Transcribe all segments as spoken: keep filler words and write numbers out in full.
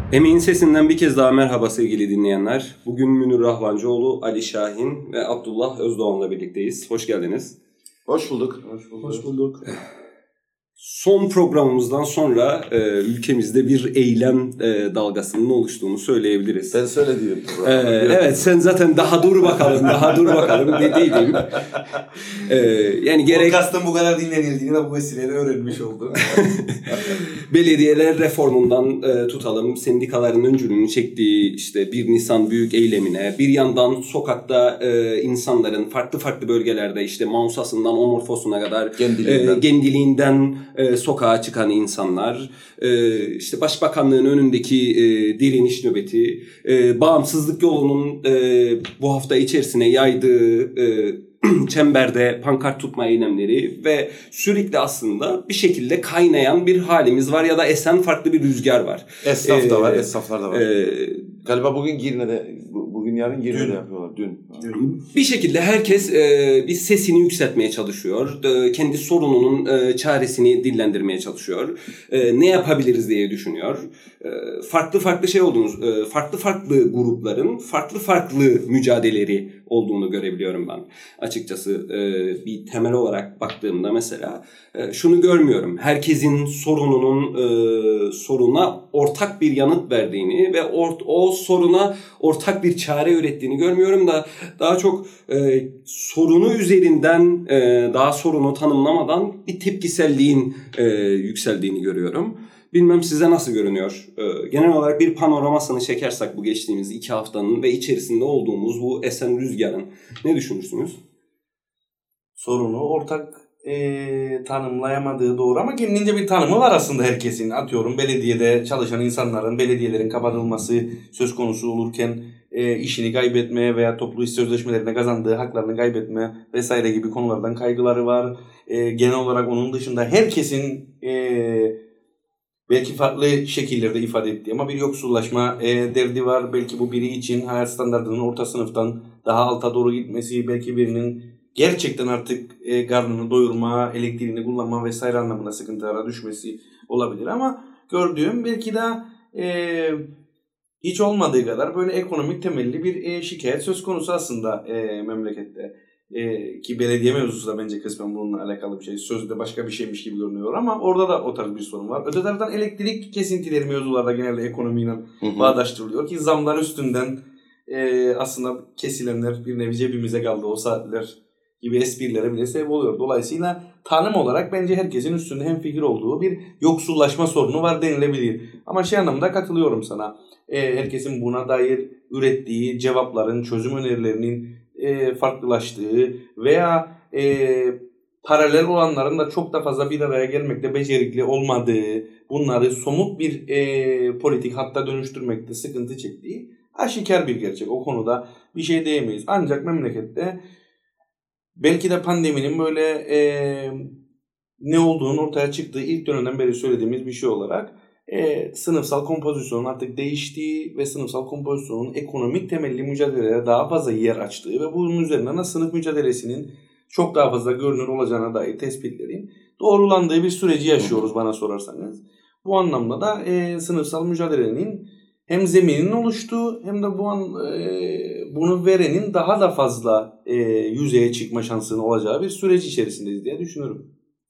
Emeğin Sesinden bir kez daha merhaba sevgili dinleyenler. Bugün Münir Rahvancıoğlu, Ali Şahin ve Abdullah Özdoğan'la birlikteyiz. Hoş geldiniz. Hoş bulduk. Hoş bulduk. Hoş bulduk. Son programımızdan sonra e, ülkemizde bir eylem e, dalgasının oluştuğunu söyleyebiliriz. Ben söylediğim. E, evet, sen zaten daha dur bakalım, daha dur bakalım dediydin. E, yani gerek... Podcast'ın bu kadar dinlenildiğini de bu vesileyle öğrenmiş oldum. Belediyeler reformundan e, tutalım, sendikaların öncülüğünü çektiği işte bir Nisan büyük eylemine, bir yandan sokakta e, insanların farklı farklı bölgelerde işte Mausa'sından Omorfos'una kadar Gendiliğinden, e, Gendiliğinden e, sokağa çıkan insanlar, e, işte Başbakanlığın önündeki e, direniş nöbeti, e, bağımsızlık yolunun e, bu hafta içerisine yaydığı e, çemberde pankart tutma eylemleri ve sürekli aslında bir şekilde kaynayan bir halimiz var ya da esen farklı bir rüzgar var. Esnaf ee, da var, esnaflar da var. E, Galiba bugün Girne'de, bugün yarın Girne'de yapıyorlar. Dün. Dün. Bir şekilde herkes e, bir sesini yükseltmeye çalışıyor. E, kendi sorununun e, çaresini dillendirmeye çalışıyor. E, ne yapabiliriz diye düşünüyor. E, farklı farklı şey olduğunu, e, farklı farklı grupların farklı farklı mücadeleleri olduğunu görebiliyorum ben. Açıkçası e, bir temel olarak baktığımda mesela e, şunu görmüyorum. Herkesin sorununun e, soruna ortak bir yanıt verdiğini ve or- o soruna ortak bir çare ürettiğini görmüyorum da daha çok e, sorunu üzerinden e, daha sorunu tanımlamadan bir tepkiselliğin e, yükseldiğini görüyorum. Bilmem size nasıl görünüyor? Ee, genel olarak bir panoramasını çekersek bu geçtiğimiz iki haftanın ve içerisinde olduğumuz bu esen rüzgarın ne düşünürsünüz? Sorunu ortak e, tanımlayamadığı doğru ama kendince bir tanımı var aslında herkesin. Atıyorum belediyede çalışan insanların belediyelerin kapatılması söz konusu olurken e, işini kaybetmeye veya toplu iş sözleşmelerine kazandığı haklarını kaybetme vesaire gibi konulardan kaygıları var. E, genel olarak onun dışında herkesin e, belki farklı şekillerde ifade ettiği ama bir yoksullaşma e, derdi var. Belki bu biri için hayat standartının orta sınıftan daha alta doğru gitmesi, belki birinin gerçekten artık e, karnını doyurma, elektriğini kullanma vesaire anlamında sıkıntılara düşmesi olabilir. Ama gördüğüm belki de e, hiç olmadığı kadar böyle ekonomik temelli bir e, şikayet söz konusu aslında e, memlekette. Ee, ki belediye mevzusu da bence kısmen bununla alakalı bir şey. Sözde başka bir şeymiş gibi görünüyor ama orada da o tarz bir sorun var. Öte taraftan elektrik kesintileri mevzularda genelde ekonomiyle hı hı. bağdaştırılıyor ki zamlar üstünden e, aslında kesilenler bir nevi cebimize kaldı o saatler gibi esprilere bile sebep oluyor. Dolayısıyla tanım olarak bence herkesin üstünde hemfikir olduğu bir yoksullaşma sorunu var denilebilir. Ama şey anlamda katılıyorum sana. E, herkesin buna dair ürettiği cevapların, çözüm önerilerinin E, farklılaştığı veya e, paralel olanların da çok da fazla bir araya gelmekte becerikli olmadığı, bunları somut bir e, politik hatta dönüştürmekte sıkıntı çektiği aşikar bir gerçek. O konuda bir şey diyemeyiz. Ancak memlekette belki de pandeminin böyle e, ne olduğunu ortaya çıktığı ilk dönemden beri söylediğimiz bir şey olarak E, sınıfsal kompozisyonun artık değiştiği ve sınıfsal kompozisyonun ekonomik temelli mücadelelere daha fazla yer açtığı ve bunun üzerinden de sınıf mücadelesinin çok daha fazla görünür olacağına dair tespitlerin doğrulandığı bir süreci yaşıyoruz bana sorarsanız. Bu anlamda da e, sınıfsal mücadelenin hem zemininin oluştuğu hem de bu an e, bunu verenin daha da fazla e, yüzeye çıkma şansının olacağı bir süreç içerisindeyiz diye düşünüyorum.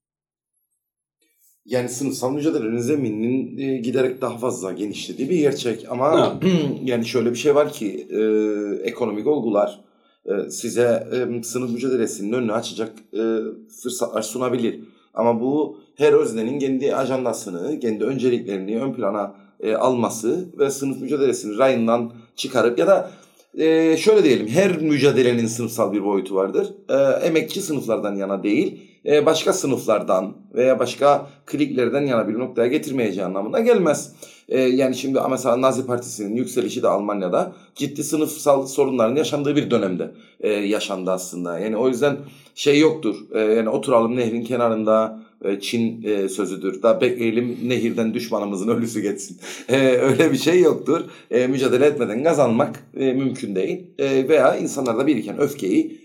Yani sınıfsal mücadelenin zemininin e, giderek daha fazla genişlediği bir gerçek. Ama yani şöyle bir şey var ki e, ekonomik olgular e, size e, sınıf mücadelesinin önünü açacak e, fırsatlar sunabilir. Ama bu her öznenin kendi ajandasını, kendi önceliklerini ön plana e, alması ve sınıf mücadelesini rayından çıkarıp ya da e, şöyle diyelim, her mücadelenin sınıfsal bir boyutu vardır. E, emekçi sınıflardan yana değil, başka sınıflardan veya başka kliklerden yana bir noktaya getirmeyeceği anlamına gelmez. Ee, yani şimdi mesela Nazi Partisi'nin yükselişi de Almanya'da ciddi sınıfsal sorunların yaşandığı bir dönemde e, yaşandı aslında. Yani o yüzden şey yoktur. E, yani oturalım nehrin kenarında, e, Çin e, sözüdür. Da bekleyelim nehirden düşmanımızın ölüsü geçsin. E, öyle bir şey yoktur. E, mücadele etmeden kazanmak e, mümkün değil. E, veya insanlarda biriken öfkeyi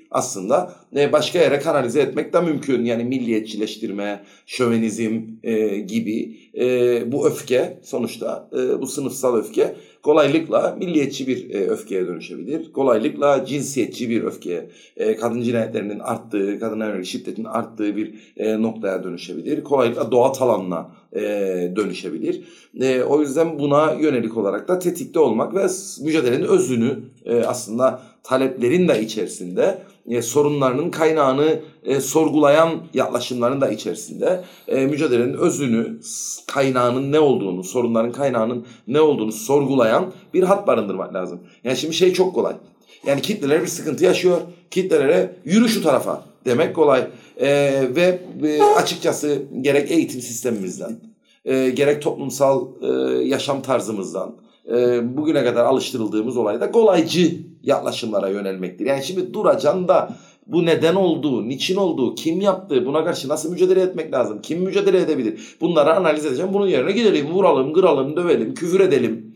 aslında e, başka yere kanalize etmek de mümkün. Yani milliyetçileştirme, şövenizm e, gibi e, bu öfke sonuçta e, bu sınıfsal öfke kolaylıkla milliyetçi bir e, öfkeye dönüşebilir. Kolaylıkla cinsiyetçi bir öfkeye, e, kadın cinayetlerinin arttığı, kadına yönelik şiddetin arttığı bir e, noktaya dönüşebilir. Kolaylıkla doğa talanına e, dönüşebilir. E, o yüzden buna yönelik olarak da tetikte olmak ve mücadelenin özünü e, aslında taleplerin de içerisinde, e, sorunlarının kaynağını e, sorgulayan yaklaşımların da içerisinde e, mücadelenin özünü, kaynağının ne olduğunu, sorunların kaynağının ne olduğunu sorgulayan bir hat barındırmak lazım. Yani şimdi şey çok kolay. Yani kitleler bir sıkıntı yaşıyor. Kitlelere yürü şu tarafa demek kolay. E, ve e, açıkçası gerek eğitim sistemimizden, e, gerek toplumsal e, yaşam tarzımızdan, e, bugüne kadar alıştırıldığımız olayda kolaycı yaklaşımlara yönelmektir. Yani şimdi duracaksın da bu neden oldu, niçin oldu, kim yaptı, buna karşı nasıl mücadele etmek lazım, kim mücadele edebilir? Bunları analiz edeceğim. Bunun yerine gidelim, vuralım, kıralım, dövelim, küfür edelim,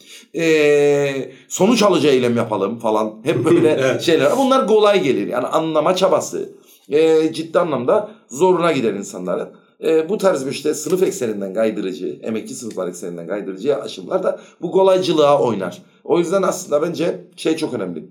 ee, sonuç alıcı eylem yapalım falan. Hep böyle şeyler. Bunlar kolay gelir. Yani anlama çabası ee, ciddi anlamda zoruna gider insanların. E, bu tarz bir işte sınıf ekseninden kaydırıcı, emekçi sınıflar ekseninden kaydırıcı yaklaşımlar da bu kolaycılığa oynar. O yüzden aslında bence şey çok önemli.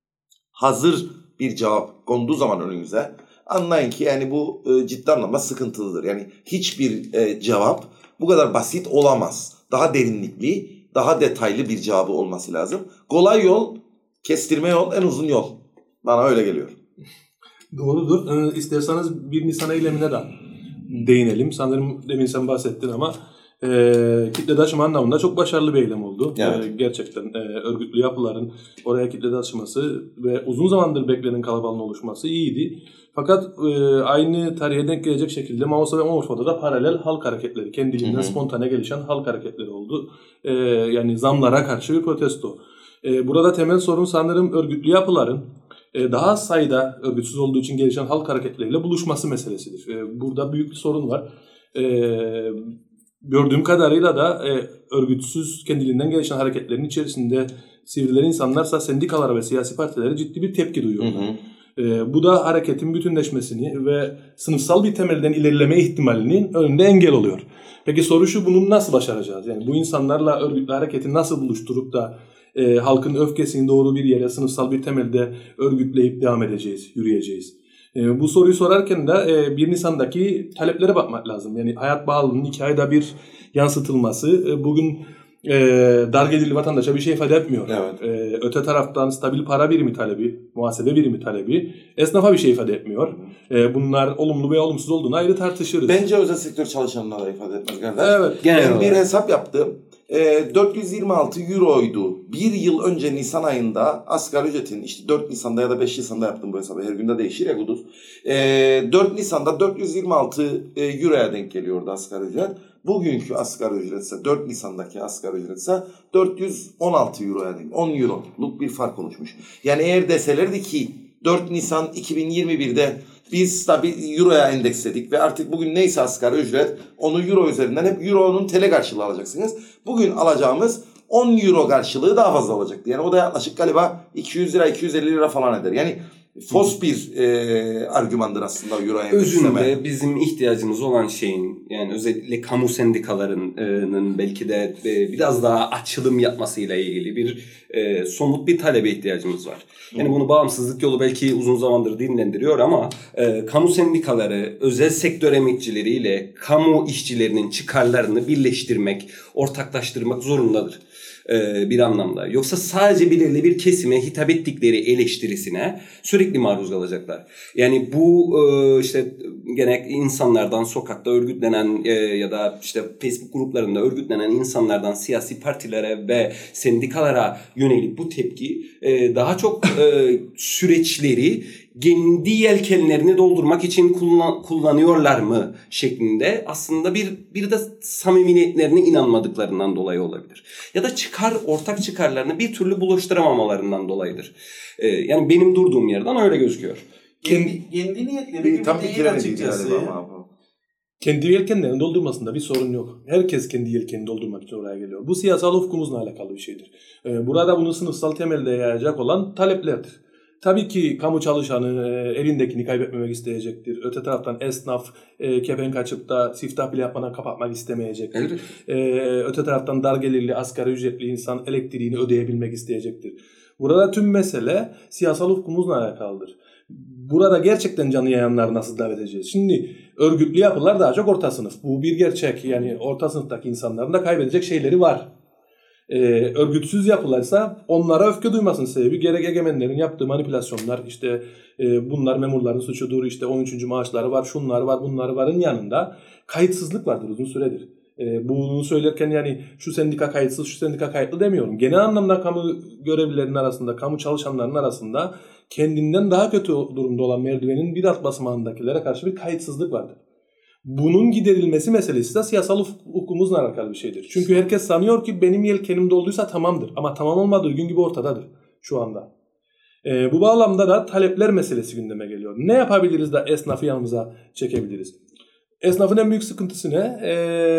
Hazır bir cevap konduğu zaman önünüze anlayın ki yani bu e, ciddi anlamda sıkıntılıdır. Yani hiçbir e, cevap bu kadar basit olamaz. Daha derinlikli, daha detaylı bir cevabı olması lazım. Kolay yol, kestirme yol, en uzun yol. Bana öyle geliyor. Doğrudur. Ee, isterseniz bir Nisan eylemine de değinelim. Sanırım demin sen bahsettin ama e, kitle taşıma anlamında çok başarılı bir eylem oldu. Evet. E, gerçekten e, örgütlü yapıların oraya kitle taşıması ve uzun zamandır beklenen kalabalığın oluşması iyiydi. Fakat e, aynı tarihe denk gelecek şekilde Mausa ve Morfo'da da paralel halk hareketleri, kendiliğinden hı hı. spontane gelişen halk hareketleri oldu. E, yani zamlara karşı bir protesto. E, burada temel sorun sanırım örgütlü yapıların daha az sayıda örgütsüz olduğu için gelişen halk hareketleriyle buluşması meselesidir. Burada büyük bir sorun var. Gördüğüm kadarıyla da örgütsüz kendiliğinden gelişen hareketlerin içerisinde sivrilen insanlarsa sendikalara ve siyasi partilere ciddi bir tepki duyuyorlar. Hı hı. Bu da hareketin bütünleşmesini ve sınıfsal bir temelden ilerleme ihtimalinin önünde engel oluyor. Peki soru şu, bunu nasıl başaracağız? Yani bu insanlarla örgütlü hareketi nasıl buluşturup da E, halkın öfkesini doğru bir yere sınıfsal bir temelde örgütleyip devam edeceğiz, yürüyeceğiz. E, bu soruyu sorarken de e, bir Nisan'daki taleplere bakmak lazım. Yani hayat pahalılığının iki ayda bir yansıtılması e, bugün e, dar gelirli vatandaşa bir şey ifade etmiyor. Evet. E, öte taraftan stabil para birimi talebi, muhasebe birimi talebi esnafa bir şey ifade etmiyor. E, bunlar olumlu veya olumsuz olduğunu ayrı tartışırız. Bence özel sektör çalışanlara ifade etmez kardeş. Evet. Ben bir hesap yaptım. dört yüz yirmi altı euroydu. Bir yıl önce Nisan ayında asgari ücretin işte dört Nisan'da ya da beş Nisan'da yaptım bu hesabı. Her günde değişir ya Kuduz. dört Nisan'da dört yüz yirmi altı euroya denk geliyordu asgari ücret. Bugünkü asgari ücretse dört Nisan'daki asgari ücretse dört yüz on altı euroya denk. on euroluk bir fark oluşmuş. Yani eğer deselerdi ki dört Nisan iki bin yirmi birde biz tabi euroya endeksledik ve artık bugün neyse asgari ücret onu euro üzerinden hep euronun T L karşılığı alacaksınız. Bugün alacağımız on euro karşılığı daha fazla olacaktı. Yani o da yaklaşık galiba iki yüz lira iki yüz elli lira falan eder. Yani fos bir e, argümandır aslında euroya endeksleme. Özünde bizim ihtiyacımız olan şeyin, yani özellikle kamu sendikalarının belki de e, biraz daha açılım yapmasıyla ilgili bir e, somut bir talebe ihtiyacımız var. Yani bunu bağımsızlık yolu belki uzun zamandır dinlendiriyor ama e, kamu sendikaları özel sektör emekçileriyle kamu işçilerinin çıkarlarını birleştirmek, ortaklaştırmak zorundadır. Bir anlamda. Yoksa sadece belirli bir kesime hitap ettikleri eleştirisine sürekli maruz kalacaklar. Yani bu işte gene insanlardan sokakta örgütlenen ya da işte Facebook gruplarında örgütlenen insanlardan siyasi partilere ve sendikalara yönelik bu tepki daha çok süreçleri kendi yelkenlerini doldurmak için kullan, kullanıyorlar mı şeklinde aslında bir bir de samimiyetlerine inanmadıklarından dolayı olabilir. Ya da çıkar ortak çıkarlarını bir türlü buluşturamamalarından dolayıdır. Ee, yani benim durduğum yerden öyle gözüküyor. Kendi, kendi niyetleri bir tam değil açıkçası. Kendi yelkenlerini doldurmasında bir sorun yok. Herkes kendi yelkenini doldurmak için oraya geliyor. Bu siyasal ufkumuzla alakalı bir şeydir. Ee, burada bunu sınıfsal temelde yayacak olan taleplerdir. Tabii ki kamu çalışanı e, elindekini kaybetmemek isteyecektir. Öte taraftan esnaf e, kepenk açıp da siftah bile yapmadan kapatmak istemeyecektir. Evet. E, öte taraftan dar gelirli, asgari ücretli insan elektriğini ödeyebilmek isteyecektir. Burada tüm mesele siyasal ufkumuzla alakalıdır. Burada gerçekten canı yayanları nasıl davet edeceğiz? Şimdi örgütlü yapılar daha çok orta sınıf. Bu bir gerçek. Yani orta sınıftaki insanların da kaybedecek şeyleri var. Ee, örgütsüz yapılarsa onlara öfke duymasının sebebi gerek egemenlerin yaptığı manipülasyonlar, işte e, bunlar memurların suçudur, işte on üçüncü maaşları var, şunlar var, bunlar varın yanında kayıtsızlık vardır uzun süredir. E, bunu söylerken yani şu sendika kayıtsız, şu sendika kayıtlı demiyorum. Genel anlamda kamu görevlilerinin arasında, kamu çalışanlarının arasında kendinden daha kötü durumda olan merdivenin bir alt basamağındakilere karşı bir kayıtsızlık vardır. Bunun giderilmesi meselesi de siyasal hukukumuzla alakalı bir şeydir. Çünkü herkes sanıyor ki benim yelkenim dolduysa tamamdır. Ama tamam olmadığı gün gibi ortadadır şu anda. E, bu bağlamda da talepler meselesi gündeme geliyor. Ne yapabiliriz de esnafı yanımıza çekebiliriz? Esnafın en büyük sıkıntısı ne? E,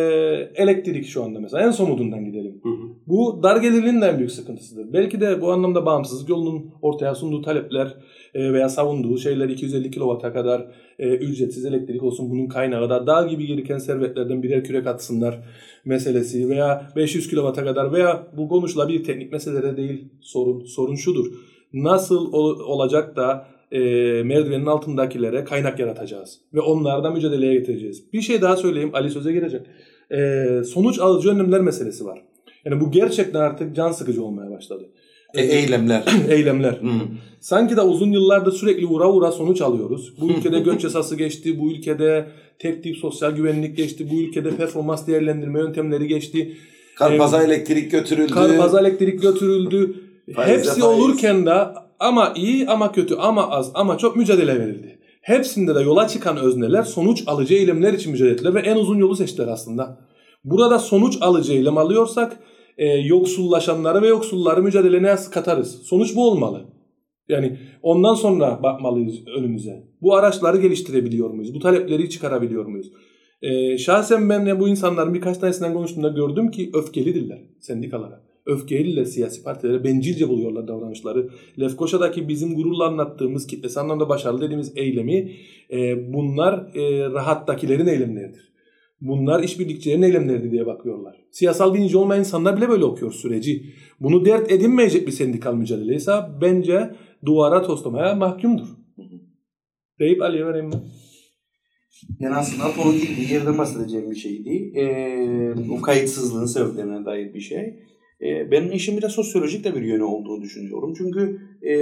elektrik şu anda mesela. En somudundan gidelim. Hı hı. Bu dar gelirlinin en büyük sıkıntısıdır. Belki de bu anlamda bağımsızlık yolunun ortaya sunduğu talepler e, veya savunduğu şeyler iki yüz elli kilovata kadar e, ücretsiz elektrik olsun, bunun kaynağı da dağ gibi biriken servetlerden birer kürek atsınlar meselesi veya beş yüz kilovata kadar veya bu konuşulabilir teknik meselelere değil sorun. Sorun şudur. Nasıl ol, olacak da e, merdivenin altındakilere kaynak yaratacağız ve onlarla mücadeleye getireceğiz. Bir şey daha söyleyeyim, Ali söze girecek. E, sonuç alıcı önlemler meselesi var. Yani bu gerçekten artık can sıkıcı olmaya başladı. E, eylemler. eylemler. Hmm. Sanki de uzun yıllardır sürekli uğra uğra sonuç alıyoruz. Bu ülkede göç yasası geçti, bu ülkede tek tip sosyal güvenlik geçti, bu ülkede performans değerlendirme yöntemleri geçti. Karpaza ee, elektrik götürüldü. Karpaza elektrik götürüldü. Faize Hepsi faiz. Olurken de ama iyi ama kötü ama az ama çok mücadele verildi. Hepsinde de yola çıkan özneler sonuç alıcı eylemler için mücadele ettiler ve en uzun yolu seçtiler aslında. Burada sonuç alıcı eylem alıyorsak e, yoksullaşanları ve yoksulları mücadeleye nasıl katarız? Sonuç bu olmalı. Yani ondan sonra bakmalıyız önümüze. Bu araçları geliştirebiliyor muyuz? Bu talepleri çıkarabiliyor muyuz? E, şahsen ben bu insanların birkaç tanesinden konuştuğumda gördüm ki öfkelidirler sendikalara. Öfkeliler siyasi partilere, bencilce buluyorlar davranışları. Lefkoşa'daki bizim gururla anlattığımız kitlesi anlamda başarılı dediğimiz eylemi e, bunlar e, rahattakilerin eylemleridir. Bunlar işbirlikçilerin eylemleridir diye bakıyorlar. Siyasal bilinci olmayan insanlar bile böyle okuyor süreci. Bunu dert edinmeyecek bir sendikal mücadeleyse bence duvara toslamaya mahkumdur. Deyip Ali'ye vereyim ben. Yani aslında Apo'nun girdiği yerden bahsedeceğim bir şeydi. Ee, o kayıtsızlığın sebeplerine dair bir şey. Ee, benim işim bir de sosyolojik de bir yönü olduğunu düşünüyorum. Çünkü e,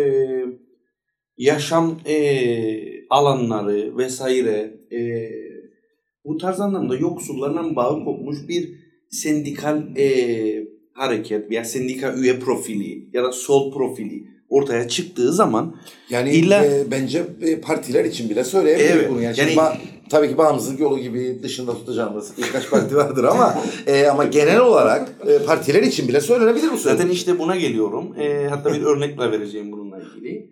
yaşam e, alanları vesaire e, bu tarz anlamda yoksullarla bağı kopmuş bir sendikal e, hareket veya sendika üye profili ya da sol profili ortaya çıktığı zaman yani illa, e, bence partiler için bile söyleyebiliriz evet, bunu. Yani, yani ba- tabii ki bağımsızlık yolu gibi dışında tutacağımız birkaç parti vardır ama e, ama genel olarak e, partiler için bile söylenebilir bu söz. Zaten işte buna geliyorum. E, hatta bir örnekle vereceğim bununla ilgili.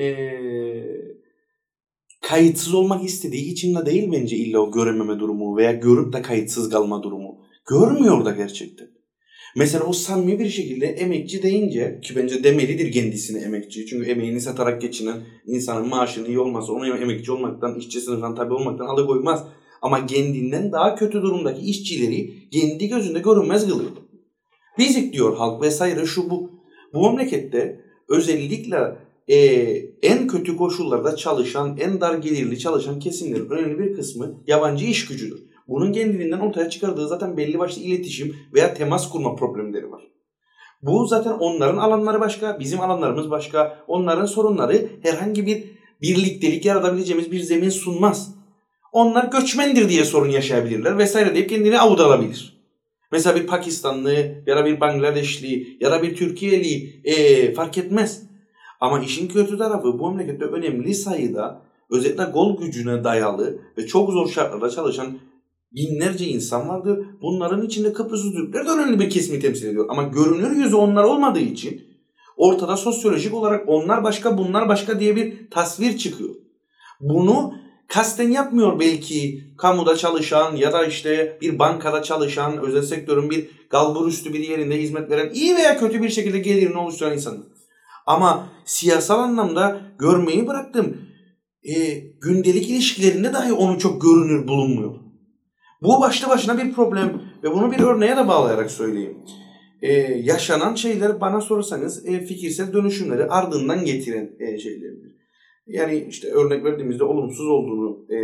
Eee kayıtsız olmak istediği için de değil bence illa o görememe durumu veya görüp de kayıtsız kalma durumu. Görmüyor da gerçekten. Mesela o samimi bir şekilde emekçi deyince ki bence demelidir kendisine emekçi. Çünkü emeğini satarak geçinen insanın maaşının iyi olması onu emekçi olmaktan, işçi sınıfından tabi olmaktan alıkoymaz. Ama kendinden daha kötü durumdaki işçileri kendi gözünde görünmez kılıyor. Bizik diyor halk vesaire şu bu. Bu memlekette özellikle Ee, en kötü koşullarda çalışan, en dar gelirli çalışan kesimlerin önemli bir kısmı yabancı iş gücüdür. Bunun kendiliğinden ortaya çıkardığı zaten belli başlı iletişim veya temas kurma problemleri var. Bu zaten onların alanları başka, bizim alanlarımız başka. Onların sorunları herhangi bir birliktelik yaratabileceğimiz bir zemin sunmaz. Onlar göçmendir diye sorun yaşayabilirler vesaire deyip kendini avuç alabilir. Mesela bir Pakistanlı ya da bir Bangladeşli ya da bir Türkiye'li ee, fark etmez. Ama işin kötü tarafı bu memlekette önemli sayıda özellikle kol gücüne dayalı ve çok zor şartlarda çalışan binlerce insan vardır. Bunların içinde Kıbrıslı Türkler de önemli bir kesimi temsil ediyor. Ama görünür yüzü onlar olmadığı için ortada sosyolojik olarak onlar başka bunlar başka diye bir tasvir çıkıyor. Bunu kasten yapmıyor belki kamuda çalışan ya da işte bir bankada çalışan, özel sektörün bir kalburüstü bir yerinde hizmet veren iyi veya kötü bir şekilde gelirini oluşturan insanlar. Ama siyasal anlamda görmeyi bıraktım. E, gündelik ilişkilerinde dahi onu çok görünür bulunmuyor. Bu başlı başına bir problem ve bunu bir örneğe de bağlayarak söyleyeyim. Ee, yaşanan şeyler bana sorarsanız e, fikirsel dönüşümleri ardından getiren e, şeylerdir. Yani işte örnek verdiğimizde olumsuz olduğunu, e,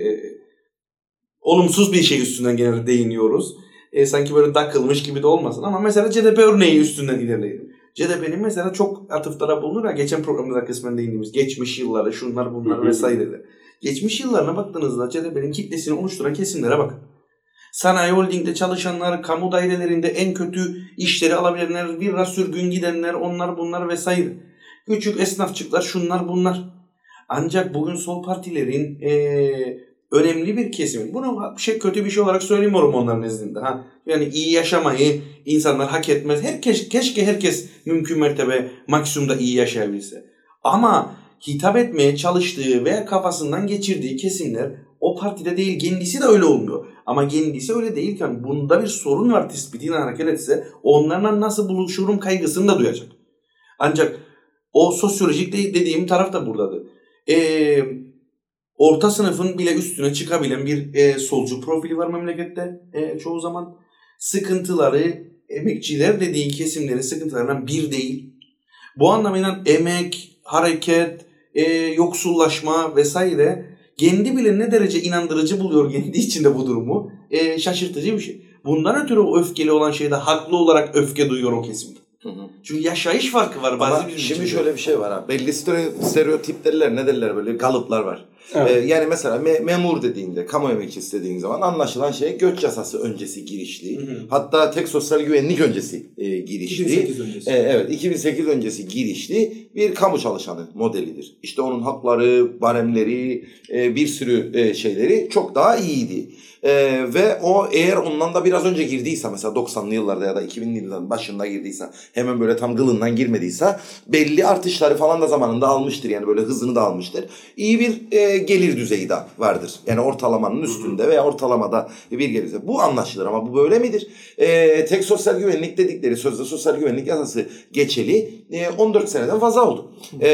olumsuz bir şey üstünden genelde değiniyoruz. E, sanki böyle takılmış gibi de olmasın ama mesela C D P örneği üstünden ilerleyelim. C D P'nin mesela çok atıflara bulunur ya, geçen programda kısmen değindiğimiz geçmiş yılları, şunlar bunlar vesaireler. Geçmiş yıllarına baktığınızda C D P'nin kitlesini oluşturan kesimlere bakın. Sanayi holdingde çalışanlar, kamu dairelerinde en kötü işleri alabilenler, birra sürgün gidenler, onlar bunlar vesaire. Küçük esnafçıklar, şunlar bunlar. Ancak bugün sol partilerin ee, önemli bir kesimi, bunu şey kötü bir şey olarak söylemiyorum onların nezdinde. Ha? Yani iyi yaşamayı insanlar hak etmez. Herkes, keşke herkes mümkün mertebe maksimumda iyi yaşayabilse. Ama hitap etmeye çalıştığı veya kafasından geçirdiği kesimler o partide değil, kendisi de öyle olmuyor. Ama kendisi öyle değilken bunda bir sorun var tespitiyle hareket etse onlarla nasıl buluşurum kaygısını da duyacak. Ancak o sosyolojik dediğim taraf da buradadır. Ee, orta sınıfın bile üstüne çıkabilen bir e, solcu profili var memlekette e, çoğu zaman. Sıkıntıları, emekçiler dediğin kesimlerin sıkıntılarından bir değil. Bu anlamıyla emek, hareket, e, yoksullaşma vesaire kendi bile ne derece inandırıcı buluyor kendi içinde bu durumu e, şaşırtıcı bir şey. Bundan ötürü o öfkeli olan şeyde haklı olarak öfke duyuyor o kesim. Hı hı. Çünkü yaşayış farkı var. Bazı Ama şimdi şöyle bir şey var ha. Belli stereotip derler, ne derler, böyle kalıplar var. Evet. Ee, yani mesela me- memur dediğinde, kamu emekçisi dediğin zaman anlaşılan şey göç yasası öncesi girişli. Hı hı. Hatta tek sosyal güvenlik öncesi e, girişli. iki bin sekiz öncesi. E, evet, iki bin sekiz öncesi girişli bir kamu çalışanı modelidir. İşte onun hakları, baremleri, e, bir sürü e, şeyleri çok daha iyiydi. Ee, ve o eğer ondan da biraz önce girdiyse, mesela doksanlı yıllarda ya da iki binli yılların başında girdiyse, hemen böyle tam gılından girmediyse belli artışları falan da zamanında almıştır. Yani böyle hızını da almıştır. İyi bir e, gelir düzeyi de vardır. Yani ortalamanın üstünde veya ortalamada bir gelir. Bu anlaşılır ama bu böyle midir? E, tek sosyal güvenlik dedikleri sözde sosyal güvenlik yasası geçeli e, on dört seneden fazla oldu.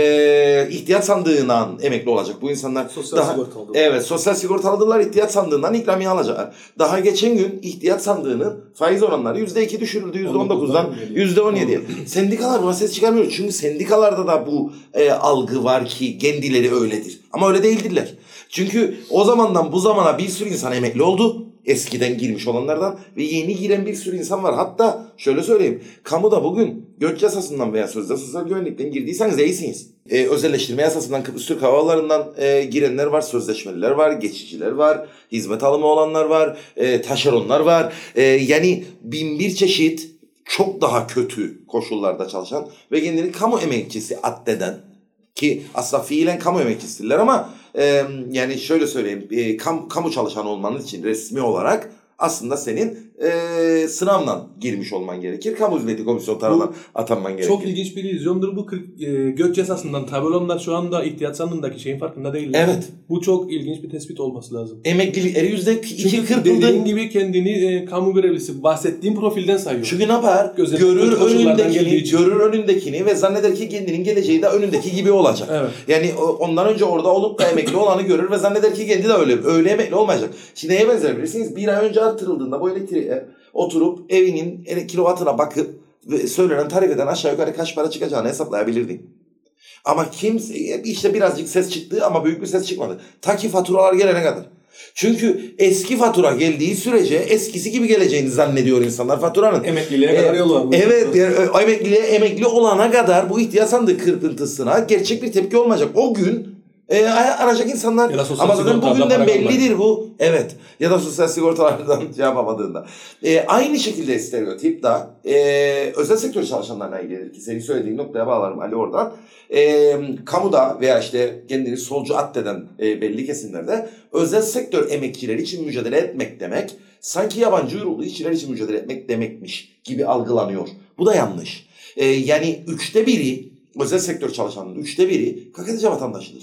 E, ihtiyaç sandığından emekli olacak bu insanlar. Sosyal daha, sigorta aldılar. Evet, sosyal sigorta aldılar, ihtiyaç sandığından ikramiye alacak. Daha geçen gün ihtiyaç sandığının faiz oranları yüzde iki düşürüldü. yüzde on dokuzdan yüzde on yediye. Sendikalar buna ses çıkarmıyor. Çünkü sendikalarda da bu e, algı var ki kendileri öyledir. Ama öyle değildirler. Çünkü o zamandan bu zamana bir sürü insan emekli oldu. Eskiden girmiş olanlardan ve yeni giren bir sürü insan var. Hatta şöyle söyleyeyim. Kamuda bugün göç yasasından veya sözde sosyal güvenlikten girdiyseniz iyisiniz. Ee, özelleştirme yasasından, Kıbrıs Türk Hava Yolları'ndan e, girenler var, sözleşmeliler var, geçiciler var, hizmet alımı olanlar var, e, taşeronlar var. E, yani bin bir çeşit çok daha kötü koşullarda çalışan ve kendini kamu emekçisi addeden, ki aslında fiilen kamu emekçisidirler ama e, yani şöyle söyleyeyim, e, kam, kamu çalışanı olmanın için resmi olarak aslında senin e, sınavla girmiş olman gerekir. Kamu hizmeti komisyonu tarafından atanman gerekir. Çok ilginç bir vizyondur bu. E, göç yasasından tabi olanlar şu anda ihtiyaç sandığındaki şeyin farkında değiller. Evet. Bu çok ilginç bir tespit olması lazım. Emeklilikleri yüzde iki Çünkü kırpıldı. dediğin gibi kendini e, kamu görevlisi bahsettiğim profilden sayıyor. Çünkü ne yapar? Gözetim görür önündekini, için. görür önündekini ve zanneder ki kendinin geleceği de önündeki gibi olacak. Evet. Yani ondan önce orada olup da emekli olanı görür ve zanneder ki kendi de öyle. Öyle emekli olmayacak. Şimdi neye benzer bilirsiniz? Bir ay önce artırıldığında bu elektriğe oturup evinin kilovatına bakıp ve söylenen tarifeden aşağı yukarı kaç para çıkacağını hesaplayabilirdin. Ama kimse, işte birazcık ses çıktı ama büyük bir ses çıkmadı. Ta ki faturalar gelene kadar. Çünkü eski fatura geldiği sürece eskisi gibi geleceğini zannediyor insanlar faturanın. Emekliliğe ee, kadar yol var. Evet, yani, emekliliğe emekli olana kadar bu ihtiyaç sandığı kırpıntısına gerçek bir tepki olmayacak. O gün e, arayacak insanlar. Ama zaten bugünden bellidir bu. Evet. Ya da sosyal sigortalardan şey yapamadığında. E, aynı şekilde stereotip da e, özel sektör çalışanlarına ilgilidir ki senin söylediğin noktaya bağlarım Ali oradan. E, kamuda veya işte kendini solcu addeden e, belli kesimlerde özel sektör emekçileri için mücadele etmek demek sanki yabancı uyruklu işçiler için mücadele etmek demekmiş gibi algılanıyor. Bu da yanlış. E, yani üçte biri özel sektör çalışanının üçte biri K K T C vatandaşıdır.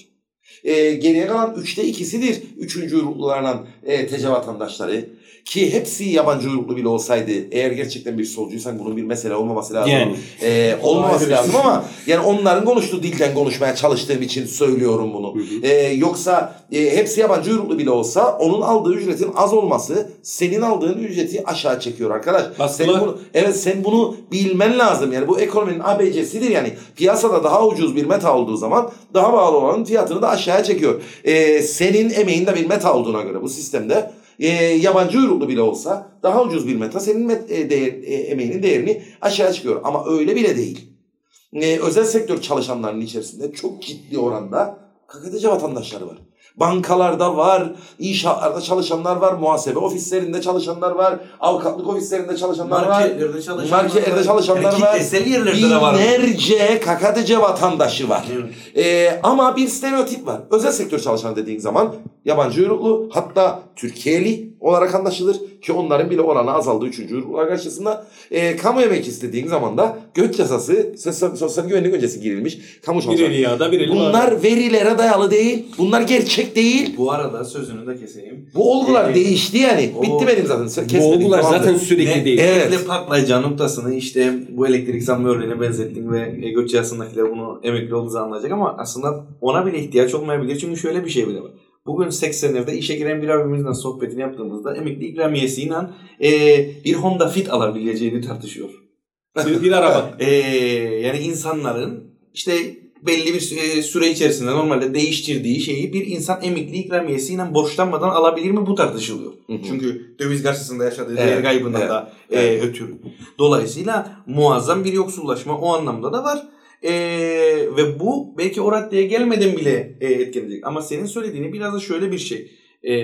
E, geriye kalan üçte ikisidir üçüncü uyruklularla e, T C vatandaşları. Ki hepsi yabancı uyruklu bile olsaydı, eğer gerçekten bir solcuysan bunun bir mesele olmaması lazım. Yani. Ee, olmaması lazım ama yani onların konuştuğu dilden konuşmaya çalıştığım için söylüyorum bunu. Hı hı. Ee, yoksa e, hepsi yabancı uyruklu bile olsa onun aldığı ücretin az olması senin aldığın ücreti aşağı çekiyor arkadaş. Senin bunu, evet sen bunu bilmen lazım. Yani bu ekonominin A B C'sidir yani. Piyasada daha ucuz bir meta olduğu zaman daha bağlı olanın fiyatını da aşağıya çekiyor. Ee, senin emeğinde bir meta olduğuna göre bu sistemde E, yabancı uyruklu bile olsa daha ucuz bir meta senin met, e, değer, e, emeğinin değerini aşağı çıkıyor. Ama öyle bile değil. E, özel sektör çalışanlarının içerisinde çok ciddi oranda K K T C vatandaşları var. Bankalarda var, inşaatlarda çalışanlar var, muhasebe ofislerinde çalışanlar var, avukatlık ofislerinde çalışanlar marketlerde var, çalışanlar marketlerde var. çalışanlar yani var. Kitlesel yerlerde de var. Binlerce K K T C vatandaşı var. Ee, ama bir stereotip var. Özel sektör çalışanı dediğin zaman yabancı uyruklu, hatta Türkiye'li olarak anlaşılır ki onların bile oranı azaldı üçüncü uyruklular karşısında. Ee, kamu emekçisi dediğin zaman da göç yasası, sosyal, sosyal güvenlik öncesi girilmiş kamu çalışanı. Bireli ya da bireli Bunlar var. verilere dayalı değil. Bunlar gerçek değil. Bu arada sözünü de keseyim. Bu olgular Ee, değişti yani. o, Bitti benim zaten. Bu olgular zaten sürekli ne, değil. Evet. Evet. Patlayacağı noktasını işte bu elektrik zammı örneğine benzettim ve göç yasasındakiler bunu emekli olduğu zaman anlayacak ama aslında ona bile ihtiyaç olmayabilir. Çünkü şöyle bir şey bile var. Bugün seksenlerde işe giren bir abimizle sohbetini yaptığımızda emekli ikramiyesiyle e, bir Honda Fit alabileceğini tartışıyor. Bir, bir araba. e, yani insanların işte belli bir süre içerisinde normalde değiştirdiği şeyi bir insan emekli ikramiyesiyle borçlanmadan alabilir mi, bu tartışılıyor. Hı hı. Çünkü döviz karşısında yaşadığı evet, değer kaybından evet, da evet. E, ötürü. Dolayısıyla muazzam bir yoksullaşma o anlamda da var. Ee, ve bu belki o raddeye gelmeden bile e, etkilenecek. Ama senin söylediğini biraz da şöyle bir şey e,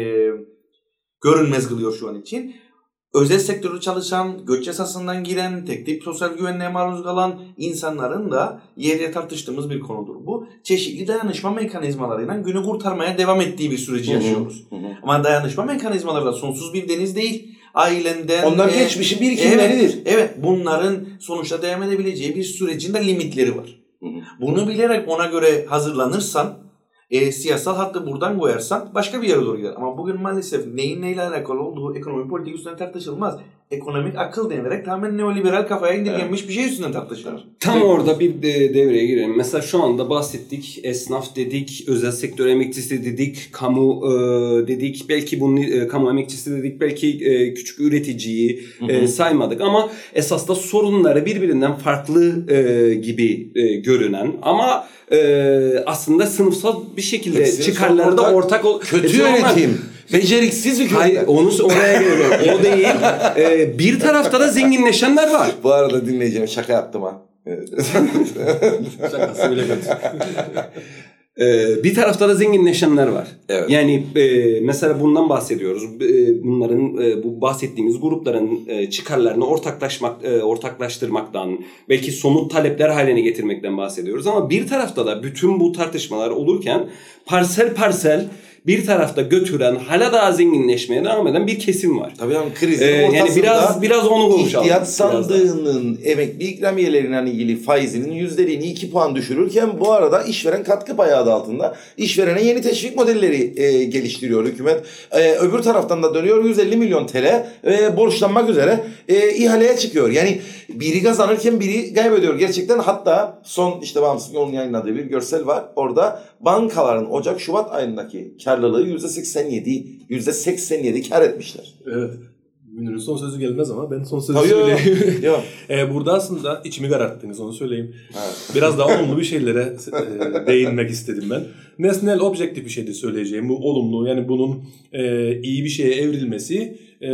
görünmez kılıyor şu an için. Özel sektörde çalışan, göç yasasından giren, tek tip sosyal güvenliğe maruz kalan insanların da yerde tartıştığımız bir konudur bu. Çeşitli dayanışma mekanizmalarıyla günü kurtarmaya devam ettiği bir süreci yaşıyoruz. Hı hı. Ama dayanışma mekanizmaları da sonsuz bir deniz değil. Ailenden... Onlar e, geçmişin birikimleridir. Evet, evet, bunların sonuçta devam edebileceği bir sürecin de limitleri var. Hı hı. Bunu bilerek ona göre hazırlanırsan, E, siyasal hattı buradan koyarsan başka bir yere doğru gider. Ama bugün maalesef neyin neyle alakalı olduğu ekonomi politik üstünden tartışılmaz. Ekonomik akıl denilerek tamamen neoliberal kafaya indirgenmiş evet. bir şey üstünden tartışılır. Tam orada bir de devreye girelim. Mesela şu anda bahsettik, esnaf dedik, özel sektör emekçisi dedik, kamu e, dedik, belki bunu e, kamu emekçisi dedik, belki e, küçük üreticiyi e, saymadık ama esas da sorunları birbirinden farklı e, gibi e, görünen ama e, aslında sınıfsal bir şekilde hepsi çıkarları da ortak ol. Kötü yönetim. Beceriksiz bir kötü. Hayır, onu oraya geliyorum. O değil. Ee, bir tarafta da zenginleşenler var. Bu arada dinleyeceğim, şaka yaptım ha. Şakası bile kötü. Ee, bir tarafta da zenginleşenler var. Evet. Yani e, mesela bundan bahsediyoruz. E, bunların e, bu bahsettiğimiz grupların e, çıkarlarını ortaklaşmak, e, ortaklaştırmaktan, belki somut talepler haline getirmekten bahsediyoruz. Ama bir tarafta da bütün bu tartışmalar olurken parsel parsel bir tarafta götüren, hala daha zenginleşmeye devam eden bir kesim var. Tabii yani krizin ee, ortasında yani biraz biraz onu konuşalım. İhtiyaç sandığının emekli ikramiyelerine ilgili faizinin yüzdeliğini iki puan düşürürken bu arada işveren katkı payı adı altında işverene yeni teşvik modelleri e, geliştiriyor hükümet. E, öbür taraftan da dönüyor yüz elli milyon T L e, borçlanmak üzere e, ihaleye çıkıyor. Yani biri kazanırken biri kaybediyor gerçekten. Hatta son işte Bağımsız Yol'un yayınladığı bir görsel var. Orada bankaların Ocak-Şubat ayındaki karlılığı yüzde seksen yedi yüzde seksen yedi kar etmişler. Evet. Münir'in son sözü gelmez ama ben son sözü Tabii söyleyeyim. Yok. ee, burada aslında içimi kararttınız, onu söyleyeyim. Evet. Biraz daha olumlu bir şeylere e, değinmek istedim ben. Nesnel, objektif bir şeydi söyleyeceğim. Bu olumlu, yani bunun e, iyi bir şeye evrilmesi e,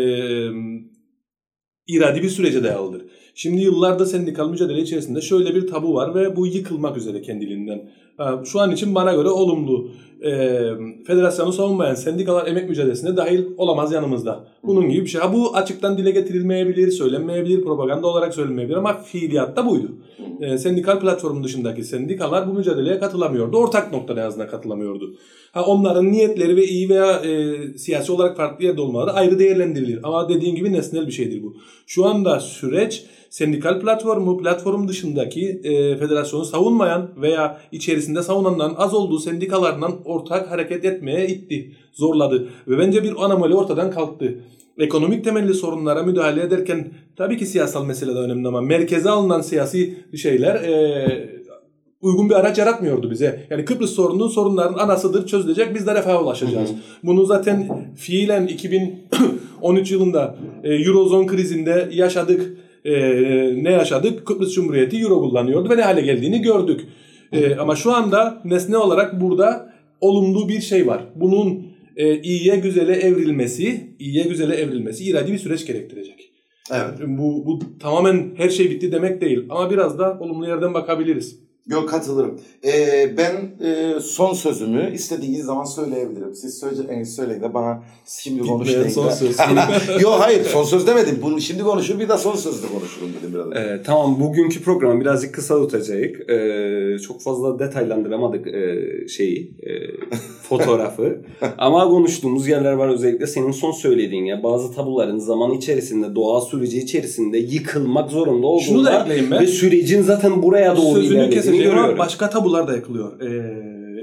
iradi bir sürece dayalıdır. Şimdi yıllarda sendikal mücadele içerisinde şöyle bir tabu var ve bu yıkılmak üzere kendiliğinden. Şu an için bana göre olumlu. E, federasyonu savunmayan sendikalar emek mücadelesine dahil olamaz yanımızda. Bunun gibi bir şey. Ha, bu açıktan dile getirilmeyebilir, söylenmeyebilir, propaganda olarak söylenmeyebilir ama fiiliyatta buydu. E, sendikal platformun dışındaki sendikalar bu mücadeleye katılamıyordu. Ortak noktada en azından katılamıyordu. Ha, onların niyetleri ve iyi veya e, siyasi olarak farklı yerde olmaları ayrı değerlendirilir. Ama dediğin gibi nesnel bir şeydir bu. Şu anda süreç sendikal platformu, platform dışındaki e, federasyonu savunmayan veya içerisinde savunanların az olduğu sendikalarından ortak hareket etmeye itti, zorladı. Ve bence bir anomali ortadan kalktı. Ekonomik temelli sorunlara müdahale ederken tabii ki siyasal mesele de önemli ama merkeze alınan siyasi şeyler e, uygun bir araç yaratmıyordu bize. Yani Kıbrıs sorununun sorunların anasıdır, çözülecek, biz de refaha ulaşacağız. Hı hı. Bunu zaten fiilen iki bin on üç yılında e, Eurozone krizinde yaşadık. E, ne yaşadık? Kıbrıs Cumhuriyeti Euro kullanıyordu ve ne hale geldiğini gördük. E, ama şu anda nesne olarak burada olumlu bir şey var. Bunun e, iyiye güzele evrilmesi, iyiye güzele evrilmesi iradi bir süreç gerektirecek. Evet. Bu, bu tamamen her şey bitti demek değil ama biraz da olumlu yerden bakabiliriz. Yok, katılırım. Ee, ben e, son sözümü istediğiniz zaman söyleyebilirim. Siz söyle, söyleyin de bana şimdi konuşmayın. Son söz. Yok hayır, son söz demedim. Bunu şimdi konuşur, bir daha son sözde konuşurum dedim biraz. Ee, tamam, bugünkü programı birazcık kısa tutacağız. Ee, çok fazla detaylandıramadık e, şeyi, e, fotoğrafı. Ama konuştuğumuz yerler var, özellikle senin son söylediğin ya. Bazı tabuların zaman içerisinde, doğa süreci içerisinde yıkılmak zorunda olduğunda ve sürecin zaten buraya doğru ilerlediğini görüyorum. Başka tabular da yakılıyor. Ee,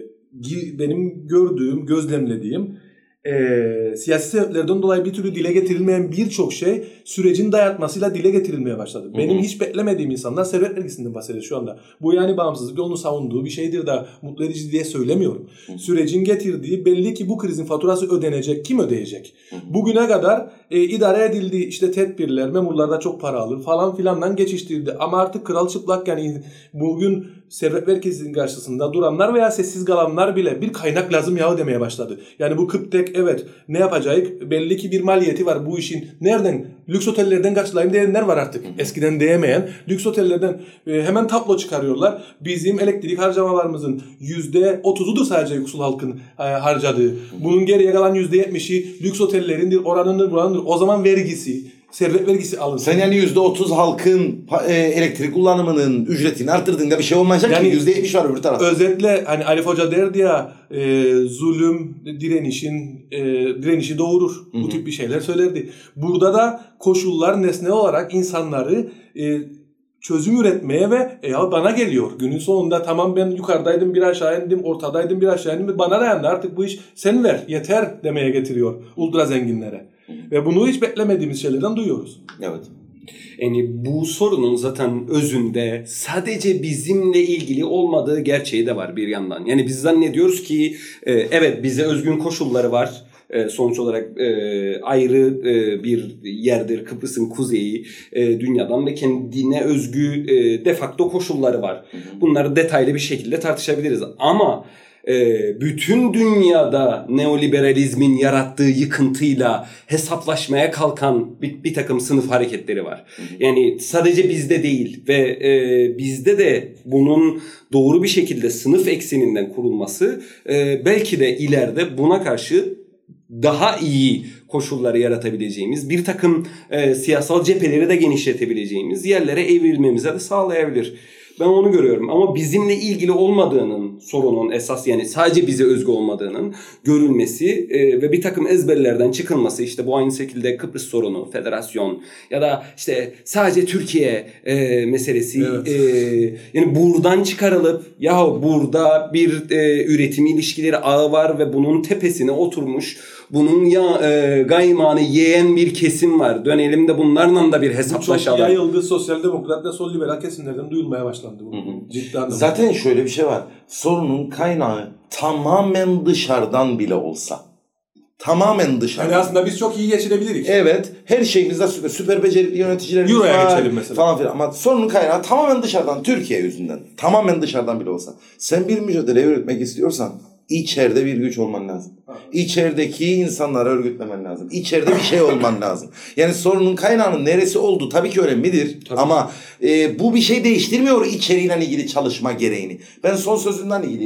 benim gördüğüm, gözlemlediğim e, siyasi sebeplerden dolayı bir türlü dile getirilmeyen birçok şey sürecin dayatmasıyla dile getirilmeye başladı. Hı hı. Benim hiç beklemediğim insanlar servet vergisinden bahsediyor şu anda. Bu yani bağımsızlık yolunu savunduğu bir şeydir da mutlu edici diye söylemiyorum. Hı hı. Sürecin getirdiği, belli ki bu krizin faturası ödenecek. Kim ödeyecek? Hı hı. Bugüne kadar e, idare edildiği işte tedbirler, memurlarda çok para alır falan filandan geçiştirildi. Ama artık kral çıplak, yani bugün servet vergisinin karşısında duranlar veya sessiz kalanlar bile bir kaynak lazım yahu demeye başladı. Yani bu Kıptek evet ne yapacağız? Belli ki bir maliyeti var bu işin. Nereden? Lüks otellerden karşılayayım diyenler var artık. Eskiden diyemeyen. Lüks otellerden e, hemen tablo çıkarıyorlar. Bizim elektrik harcamalarımızın yüzde otuzudur sadece yoksul halkın e, harcadığı. Bunun geriye kalan yüzde yetmişi lüks otellerindir, oranındır, buranındır. O zaman vergisi, servet vergisi alınsın. Sen yani yüzde otuz halkın e, elektrik kullanımının ücretini arttırdığında bir şey olmayacak yani, ki yüzde yetmiş var öbür tarafta. Özetle hani Arif Hoca derdi ya e, zulüm direnişin e, direnişi doğurur. Hı-hı. Bu tip bir şeyler söylerdi. Burada da koşullar nesne olarak insanları e, çözüm üretmeye ve e, ya bana geliyor. Günün sonunda tamam ben yukarıdaydım bir aşağı indim, ortadaydım bir aşağı indim. Bana dayandı artık bu iş sen ver yeter demeye getiriyor ultra zenginlere. Ve bunu hiç beklemediğimiz şeylerden duyuyoruz. Evet. Yani bu sorunun zaten özünde sadece bizimle ilgili olmadığı gerçeği de var bir yandan. Yani biz zannediyoruz ki e, evet bize özgün koşulları var. E, sonuç olarak e, ayrı e, bir yerdir Kıbrıs'ın kuzeyi e, dünyadan ve kendine özgü e, de facto koşulları var. Bunları detaylı bir şekilde tartışabiliriz. Ama bütün dünyada neoliberalizmin yarattığı yıkıntıyla hesaplaşmaya kalkan bir, bir takım sınıf hareketleri var. Yani sadece bizde değil ve e, bizde de bunun doğru bir şekilde sınıf ekseninden kurulması e, belki de ileride buna karşı daha iyi koşulları yaratabileceğimiz, bir takım e, siyasal cepheleri de genişletebileceğimiz yerlere evrilmemize de sağlayabilir. Ben onu görüyorum ama bizimle ilgili olmadığının, sorunun esas yani sadece bize özgü olmadığının görülmesi e, ve bir takım ezberlerden çıkılması, işte bu aynı şekilde Kıbrıs sorunu, federasyon ya da işte sadece Türkiye e, meselesi evet. e, yani buradan çıkarılıp ya burada bir e, üretim ilişkileri ağı var ve bunun tepesine oturmuş, bunun ya e, gaymağını yiyen bir kesim var. Dönelim de bunlarla da bir hesaplaşalım. Bu çok yayıldı, sosyal demokrat ve sol liberal kesimlerden duyulmaya başlandı. Bu. Hı hı. Ciddi anlamda. Zaten şöyle bir şey var. Sorunun kaynağı tamamen dışarıdan bile olsa. Tamamen dışarıdan. Yani aslında biz çok iyi geçirebiliriz. Evet. Her şeyimizde süper, süper becerikli yöneticilerimiz Euro'ya var. geçelim mesela. Falan filan. Ama sorunun kaynağı tamamen dışarıdan. Türkiye yüzünden. Tamamen dışarıdan bile olsa. Sen bir mücadele yürütmek istiyorsan İçeride bir güç olman lazım. İçerideki insanları örgütlemen lazım. İçeride bir şey olman lazım. Yani sorunun kaynağının neresi olduğu tabii ki önemlidir. Tabii. Ama e, bu bir şey değiştirmiyor içeriğiyle ilgili çalışma gereğini. Ben son sözünden ilgili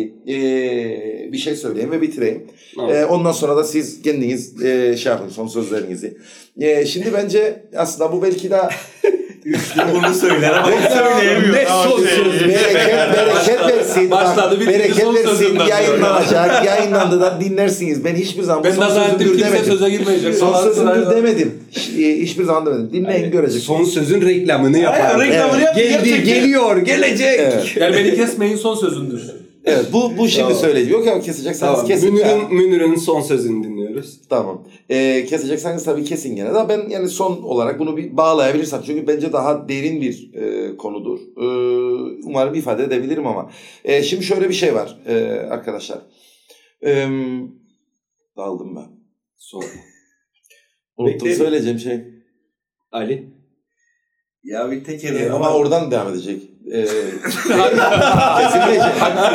e, bir şey söyleyeyim ve bitireyim. E, ondan sonra da siz kendiniz e, şey yapın son sözlerinizi. E, şimdi bence aslında bu belki de Üçlü bunu söyler ama söyleyemiyor. Ne son söz? Bereket, bereket versin. Başladı, bitirdi, bereket son versin. sözünden Yayınlanacak. Yayınlandı da dinlersiniz. Ben hiçbir zaman Ben son nazar ettim, sözümdür kimse demedim. söze girmeyecek. Son Falan sözümdür sırayla. demedim. Hiç- Hiçbir zaman demedim. Dinleyin göreceksiniz. Son sözün reklamını yapar. Hayır, reklamını Evet. yap. Geldi, gerçekten. geliyor, gelecek. Evet. Yani beni kesmeyin son sözündür. Evet, bu bu şimdi Tamam. söyleyeceğim. Yok ya kesecekseniz Tamam. kesin. Münir'in, Münir'in son sözünü dinliyoruz. Tamam. Ee, kesecekseniz tabii kesin gene de ben yani son olarak bunu bir bağlayabilirsem çünkü bence daha derin bir e, konudur. E, umarım ifade edebilirim ama. E, şimdi şöyle bir şey var e, arkadaşlar. E, daldım ben. Son. Unuttum Bekle. söyleyeceğim şey. Ali. Ya bir tek E, ele ama oradan devam edecek. E, kesinleşecek.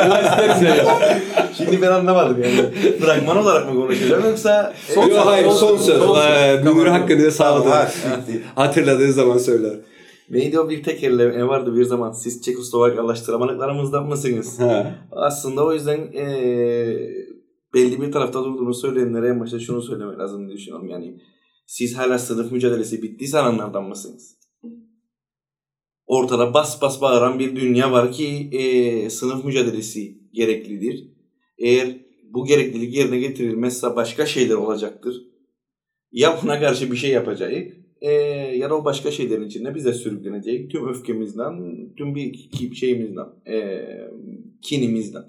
Şimdi ben anlamadım yani. Fragman olarak mı konuşacağım yoksa... Son Yok, hayır son söz. Son söz. Ee, Münir hakkında sağladı. Tamam, bitti. Hatırladığı zaman söyler. Neydi o bir tekerleme vardı bir zaman. Siz Çekoslovak alıştıramalıklarımızdan mısınız? Ha. Aslında o yüzden ee, belli bir tarafta durduğunu söyleyenlere en başta şunu söylemek lazım diye düşünüyorum. Yani siz hala sınıf mücadelesi bitti sananlardan mısınız? Ortada bas bas bağıran bir dünya var ki ee, sınıf mücadelesi gereklidir. Eğer bu gereklilik yerine getirilmezse başka şeyler olacaktır. Ya buna karşı bir şey yapacağız e, ya da o başka şeylerin içinde bize sürüklenecek. Tüm öfkemizden, tüm bir şeyimizden, e, kinimizden.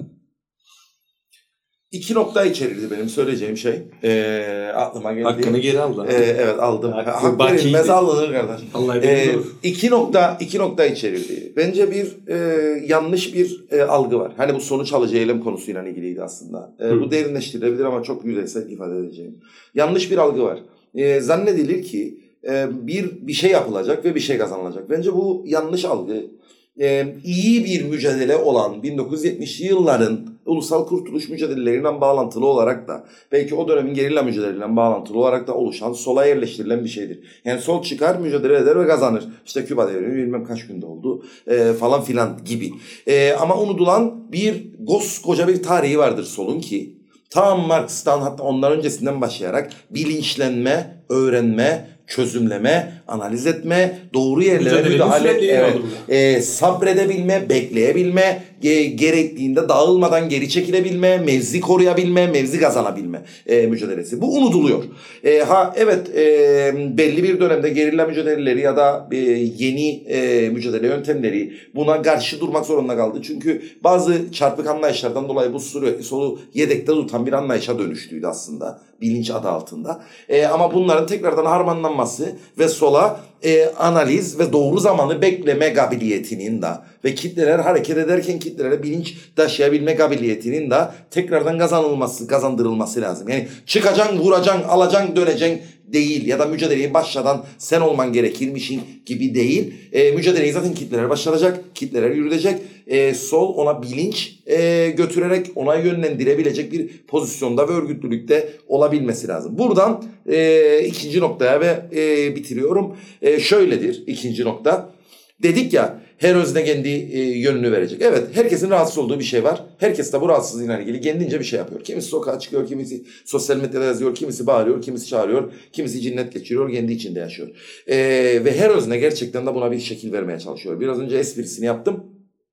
İki nokta içerirdi benim söyleyeceğim şey. E, aklıma geldi. Hakkını geri aldı. E, evet aldım. Hakkı Hak bakiydi. verilmez alınır kardeş. Vallahi Ee, benim olur. iki nokta iki nokta içerirdi. Bence bir e, yanlış bir e, algı var. Hani bu sonuç alıcı eylem konusuyla ilgiliydi aslında. E, bu derinleştirilebilir ama çok yüzeysel ifade edeceğim. Yanlış bir algı var. E, zannedilir ki e, bir bir şey yapılacak ve bir şey kazanılacak. Bence bu yanlış algı. E, iyi bir mücadele olan bin dokuz yüz yetmişli yılların ulusal kurtuluş mücadeleleriyle bağlantılı olarak da belki o dönemin gerilla mücadeleleriyle bağlantılı olarak da oluşan sola yerleştirilen bir şeydir. Yani sol çıkar, mücadele eder ve kazanır. İşte Küba devrimi bilmem kaç günde oldu e, falan filan gibi. E, ama unutulan bir koskoca bir tarihi vardır solun ki tam Marx'tan hatta ondan öncesinden başlayarak bilinçlenme, öğrenme, çözümleme, analiz etme, doğru yerlere Mücadelenin müdahale, sürekli evet, yeni e, sabredebilme, bekleyebilme, e, gerektiğinde dağılmadan geri çekilebilme, mevzi koruyabilme, mevzi kazanabilme e, mücadelesi. Bu unutuluyor. E, ha evet e, belli bir dönemde gerilla mücadeleleri ya da e, yeni e, mücadele yöntemleri buna karşı durmak zorunda kaldı. Çünkü bazı çarpık anlayışlardan dolayı bu solu, solu yedekte tutan bir anlayışa dönüştüydü aslında. Bilinç adı altında. E, ama bunların tekrardan harmanlanması ve sola e, analiz ve doğru zamanı bekleme kabiliyetinin de ve kitleler hareket ederken kitlelere bilinç taşıyabilme kabiliyetinin de tekrardan kazanılması, kazandırılması lazım. Yani çıkacaksın, vuracaksın, alacaksın, döneceksin değil ya da mücadeleyi başladan sen olman gerekirmişin gibi değil. E, mücadeleyi zaten kitleler başlatacak, kitleler yürütecek. E, sol ona bilinç e, götürerek ona yönlendirebilecek bir pozisyonda ve örgütlülükte olabilmesi lazım. Buradan e, ikinci noktaya ve e, bitiriyorum. E, şöyledir ikinci nokta. Dedik ya her özne kendi e, yönünü verecek. Evet herkesin rahatsız olduğu bir şey var. Herkes de bu rahatsızlığıyla ilgili kendince bir şey yapıyor. Kimisi sokağa çıkıyor, kimisi sosyal medyada yazıyor, kimisi bağırıyor, kimisi çağırıyor, kimisi cinnet geçiriyor, kendi içinde yaşıyor. E, ve her özne gerçekten de buna bir şekil vermeye çalışıyor. Biraz önce esprisini yaptım.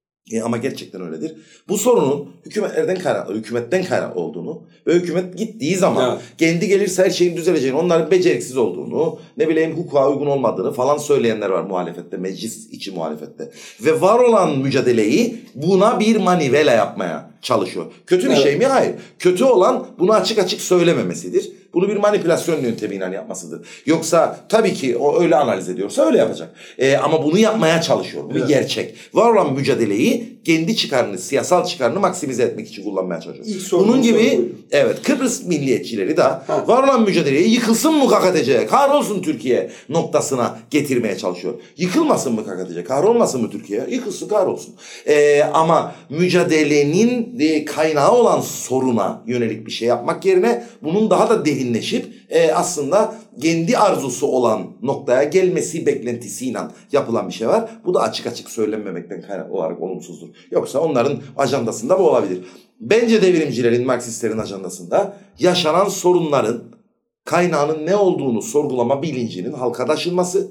E ama gerçekten öyledir. Bu sorunun hükümetlerden kaynaklı, hükümetten kaynaklı olduğunu ve hükümet gittiği zaman evet. kendi gelirse her şeyin düzeleceğini, onların beceriksiz olduğunu, ne bileyim hukuka uygun olmadığını falan söyleyenler var muhalefette, meclis içi muhalefette. Ve var olan mücadeleyi buna bir manivela yapmaya çalışıyor. Kötü bir evet. şey mi? Hayır. Kötü olan bunu açık açık söylememesidir. Bunu bir manipülasyon yöntemiyle yapmasıdır. Yoksa tabii ki o öyle analiz ediyorsa öyle yapacak. Ee, ama bunu yapmaya çalışıyor. Bu evet. bir gerçek. Var olan mücadeleyi kendi çıkarını, siyasal çıkarını maksimize etmek için kullanmaya çalışıyor. Bunun gibi evet Kıbrıs milliyetçileri de ha. var olan mücadeleyi yıkılsın mı K K T C, kahrolsun Türkiye noktasına getirmeye çalışıyor. Yıkılmasın mı K K T C, kahrolmasın mı Türkiye? Yıkılsın, kahrolsun. Ee, ama mücadelenin de kaynağı olan soruna yönelik bir şey yapmak yerine bunun daha da derinleşip e, aslında kendi arzusu olan noktaya gelmesi beklentisiyle yapılan bir şey var. Bu da açık açık söylenmemekten kaynaklı olarak olumsuzdur. Yoksa onların ajandasında bu olabilir. Bence devrimcilerin, Marksistlerin ajandasında yaşanan sorunların kaynağının ne olduğunu sorgulama bilincinin halka taşınması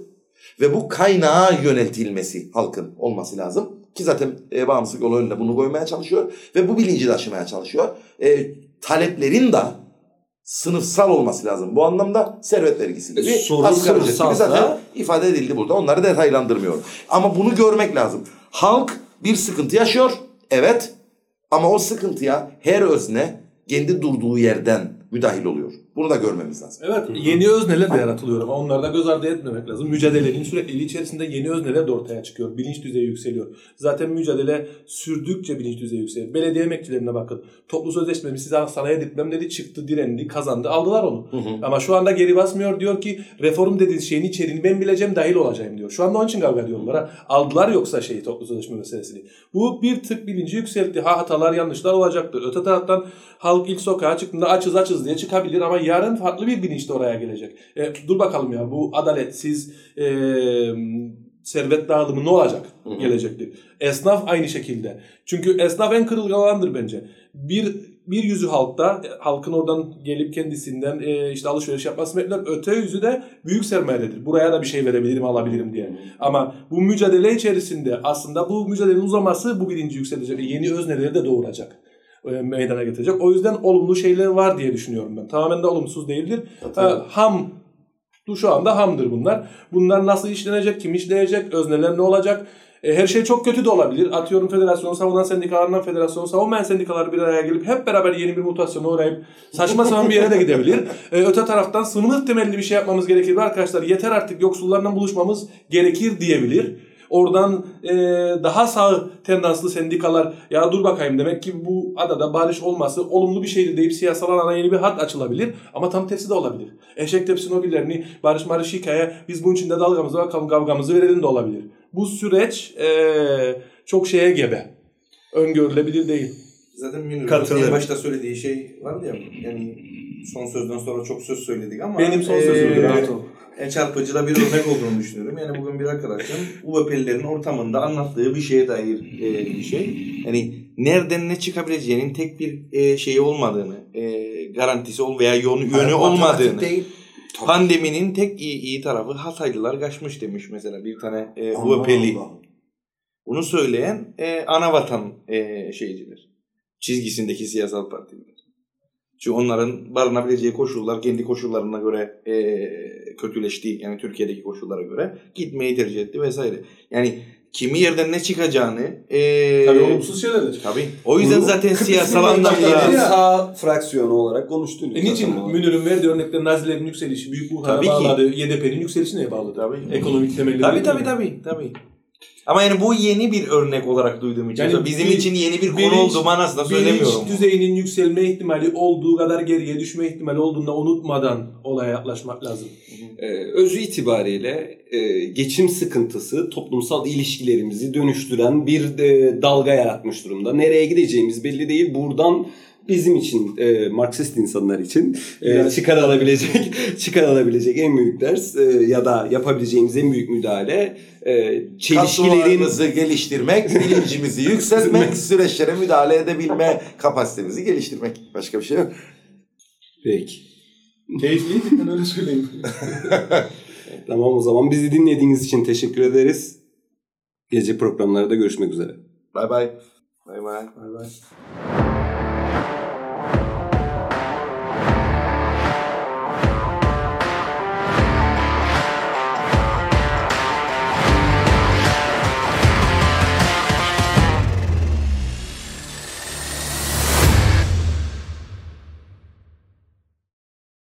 Ve bu kaynağa yöneltilmesi halkın olması lazım. Ki zaten e, bağımsızlık yolu önüne bunu koymaya çalışıyor. Ve bu bilinci de aşmaya çalışıyor. E, taleplerin de sınıfsal olması lazım. Bu anlamda servet vergisi gibi, asgari ücret gibi zaten ifade edildi burada. Onları detaylandırmıyorum. Ama bunu görmek lazım. Halk bir sıkıntı yaşıyor. Evet. Ama o sıkıntıya her özne kendi durduğu yerden müdahil oluyor. Bunu da görmemiz lazım. Evet, yeni özneler de yaratılıyor ama onları da göz ardı etmemek lazım. Mücadelenin sürekliliği içerisinde yeni özneler de ortaya çıkıyor. Bilinç düzeyi yükseliyor. Zaten mücadele sürdükçe bilinç düzeyi yükseliyor. Belediye emekçilerine bakın. Toplu sözleşmemi size sanayi etmem dedi, çıktı, direndi, kazandı, aldılar onu. Hı hı. Ama şu anda geri basmıyor, diyor ki reform dediğiniz şeyin içeriğini ben bileceğim, dahil olacağım diyor. Şu anda onun için kavga ediyorlar. Aldılar yoksa şeyi, toplu sözleşme meselesini. Bu bir tık bilinci yükseltti. Ha, hatalar, yanlışlar olacaktır. Öte taraftan halk ilk sokağa çıktığında açız açız diye çıkabilir ama yarın farklı bir bilinç de oraya gelecek. E, dur bakalım ya, bu adaletsiz e, servet dağılımı ne olacak gelecektir. Esnaf aynı şekilde. Çünkü esnaf en kırılgan alandır bence. Bir bir yüzü halkta, halkın oradan gelip kendisinden e, işte alışveriş yapması bekler. Öte yüzü de büyük sermayededir. Buraya da bir şey verebilirim, alabilirim diye. Ama bu mücadele içerisinde aslında bu mücadelenin uzaması bu bilinci yükselecek. Yeni özneleri de doğuracak. Meydana getirecek. O yüzden olumlu şeyler var diye düşünüyorum ben. Tamamen de olumsuz değildir. E, ham, bu şu anda hamdır bunlar. Bunlar nasıl işlenecek, kim işleyecek, özneler ne olacak? E, her şey çok kötü de olabilir. Atıyorum federasyonu savunan sendikalarından federasyonu savunmayan sendikalar bir araya gelip hep beraber yeni bir mutasyona uğrayıp saçma sapan bir yere de gidebilir. E, öte taraftan sınıf temelli bir şey yapmamız gerekir arkadaşlar. Yeter artık, yoksullarla buluşmamız gerekir diyebilir. Oradan e, daha sağ tendanslı sendikalar ya dur bakayım, demek ki bu adada barış olması olumlu bir şeydir deyip siyasal alana yeni bir hat açılabilir. Ama tam tersi de olabilir. Eşek tepsi nobillerini barış marış hikaye, biz bunun içinde dalgamızı bakalım kavgamızı verelim de olabilir. Bu süreç e, çok şeye gebe. Öngörülebilir değil. Zaten Münir'in en başta söylediği şey vardı ya, yani son sözden sonra çok söz söyledik ama benim son sözüm ee, en çarpıcı da bir örnek olduğunu düşünüyorum. Yani bugün bir arkadaşım U V P'lilerin ortamında anlattığı bir şeye dair e, bir şey. Yani nereden ne çıkabileceğinin tek bir e, şeyi olmadığını, e, garantisi ol veya yönü, yönü olmadığını. Değil. Pandeminin tek iyi, iyi tarafı Hataylılar kaçmış demiş mesela bir tane e, U V P'li. Bunu söyleyen e, anavatan e, şeyciler. Çizgisindeki siyasal partiler. Çünkü onların barınabileceği koşullar kendi koşullarına göre e, kötüleşti. Yani Türkiye'deki koşullara göre gitmeyi tercih etti vesaire. Yani kimi yerden ne çıkacağını e, tabii olumsuz şeyler de çıkıyor. Tabii. O yüzden zaten siyasal anlamda sağ fraksiyonu olarak konuştuğunu. E niçin Münir'in verdiği örnekte Nazilerin yükselişi büyük buhara bağladı, Y D P'nin yükselişine bağlı. Tabii. Ekonomik temelli. Tabii tabii, tabii tabii. Ama yani bu yeni bir örnek olarak duyduğum için. Yani bizim bir, için yeni bir konu olduğumu aslında söylemiyorum. Bilinç düzeyinin yükselme ihtimali olduğu kadar geriye düşme ihtimali olduğunda unutmadan olaya yaklaşmak lazım. Ee, özü itibariyle e, geçim sıkıntısı toplumsal ilişkilerimizi dönüştüren bir e, dalga yaratmış durumda. Nereye gideceğimiz belli değil. Buradan bizim için, e, Marksist insanlar için e, çıkarılabilecek çıkarılabilecek en büyük ders e, ya da yapabileceğimiz en büyük müdahale e, çelişkilerin geliştirmek, bilincimizi yükseltmek, süreçlere müdahale edebilme kapasitemizi geliştirmek. Başka bir şey yok. Peki. Keyifliydi, ben öyle söyleyeyim. Tamam, o zaman bizi dinlediğiniz için teşekkür ederiz. Gece programlarda görüşmek üzere. Bye bye. Bye bye. Bye bye.